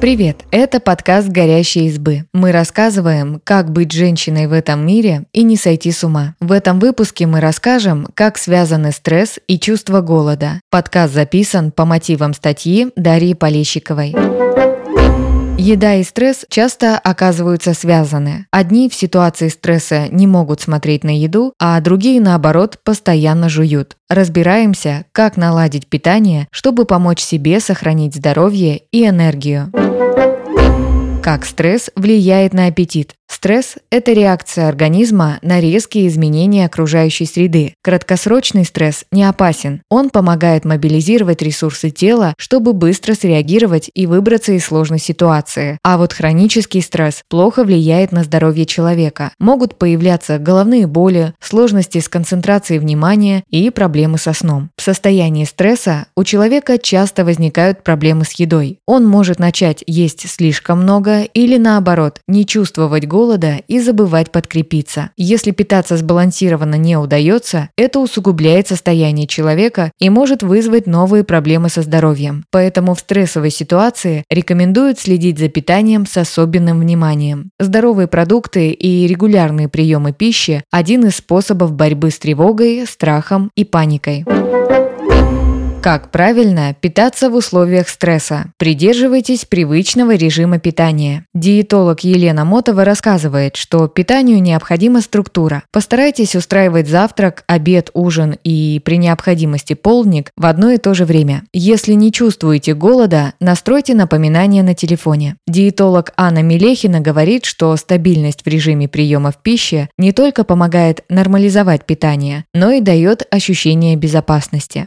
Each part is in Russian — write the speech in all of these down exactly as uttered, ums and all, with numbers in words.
Привет! Это подкаст «Горящие избы». Мы рассказываем, как быть женщиной в этом мире и не сойти с ума. В этом выпуске мы расскажем, как связаны стресс и чувство голода. Подкаст записан по мотивам статьи Дарьи Полещиковой. Еда и стресс часто оказываются связаны. Одни в ситуации стресса не могут смотреть на еду, а другие, наоборот, постоянно жуют. Разбираемся, как наладить питание, чтобы помочь себе сохранить здоровье и энергию. Как стресс влияет на аппетит? Стресс – это реакция организма на резкие изменения окружающей среды. Краткосрочный стресс не опасен. Он помогает мобилизировать ресурсы тела, чтобы быстро среагировать и выбраться из сложной ситуации. А вот хронический стресс плохо влияет на здоровье человека. Могут появляться головные боли, сложности с концентрацией внимания и проблемы со сном. В состоянии стресса у человека часто возникают проблемы с едой. Он может начать есть слишком много или, наоборот, не чувствовать голода, голода и забывать подкрепиться. Если питаться сбалансированно не удается, это усугубляет состояние человека и может вызвать новые проблемы со здоровьем. Поэтому в стрессовой ситуации рекомендуют следить за питанием с особенным вниманием. Здоровые продукты и регулярные приемы пищи – один из способов борьбы с тревогой, страхом и паникой. Как правильно питаться в условиях стресса? Придерживайтесь привычного режима питания. Диетолог Елена Мотова рассказывает, что питанию необходима структура. Постарайтесь устраивать завтрак, обед, ужин и при необходимости полдник в одно и то же время. Если не чувствуете голода, настройте напоминания на телефоне. Диетолог Анна Мелехина говорит, что стабильность в режиме приемов пищи не только помогает нормализовать питание, но и дает ощущение безопасности.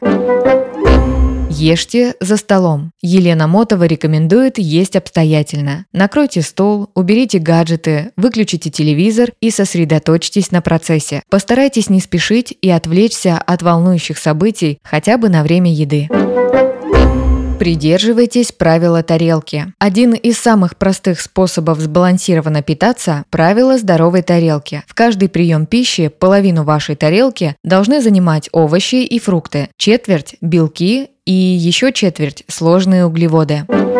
Ешьте за столом. Елена Мотова рекомендует есть обстоятельно. Накройте стол, уберите гаджеты, выключите телевизор и сосредоточьтесь на процессе. Постарайтесь не спешить и отвлечься от волнующих событий хотя бы на время еды. Придерживайтесь правила тарелки. Один из самых простых способов сбалансированно питаться – правило здоровой тарелки. В каждый прием пищи половину вашей тарелки должны занимать овощи и фрукты, четверть – белки и еще четверть – сложные углеводы.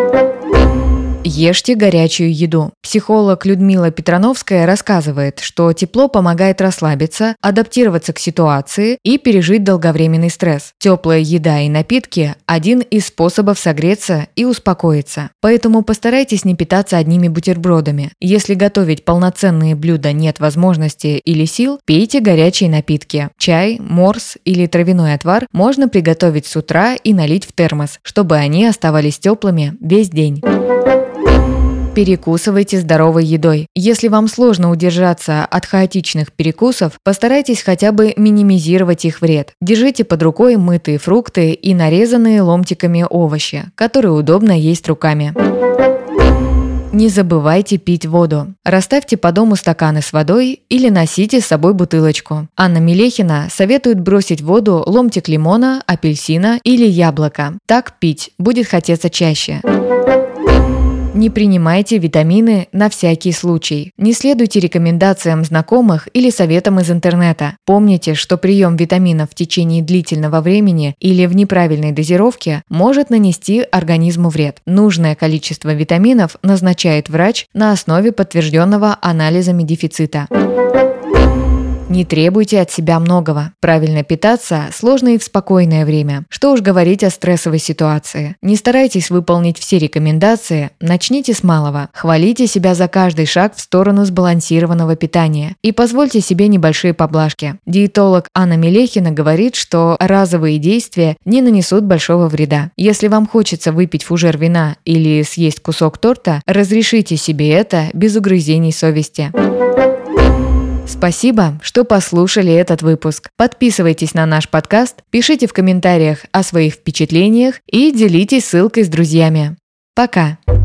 Ешьте горячую еду. Психолог Людмила Петрановская рассказывает, что тепло помогает расслабиться, адаптироваться к ситуации и пережить долговременный стресс. Теплая еда и напитки – один из способов согреться и успокоиться. Поэтому постарайтесь не питаться одними бутербродами. Если готовить полноценные блюда нет возможности или сил, пейте горячие напитки. Чай, морс или травяной отвар можно приготовить с утра и налить в термос, чтобы они оставались теплыми весь день. Перекусывайте здоровой едой. Если вам сложно удержаться от хаотичных перекусов, постарайтесь хотя бы минимизировать их вред. Держите под рукой мытые фрукты и нарезанные ломтиками овощи, которые удобно есть руками. Не забывайте пить воду. Расставьте по дому стаканы с водой или носите с собой бутылочку. Анна Мелехина советует бросить в воду ломтик лимона, апельсина или яблока. Так пить будет хотеться чаще. Не принимайте витамины на всякий случай. Не следуйте рекомендациям знакомых или советам из интернета. Помните, что прием витаминов в течение длительного времени или в неправильной дозировке может нанести организму вред. Нужное количество витаминов назначает врач на основе подтвержденного анализами дефицита. Не требуйте от себя многого. Правильно питаться сложно и в спокойное время. Что уж говорить о стрессовой ситуации. Не старайтесь выполнить все рекомендации, начните с малого. Хвалите себя за каждый шаг в сторону сбалансированного питания и позвольте себе небольшие поблажки. Диетолог Анна Мелехина говорит, что разовые действия не нанесут большого вреда. Если вам хочется выпить фужер вина или съесть кусок торта, разрешите себе это без угрызений совести. Спасибо, что послушали этот выпуск. Подписывайтесь на наш подкаст, пишите в комментариях о своих впечатлениях и делитесь ссылкой с друзьями. Пока!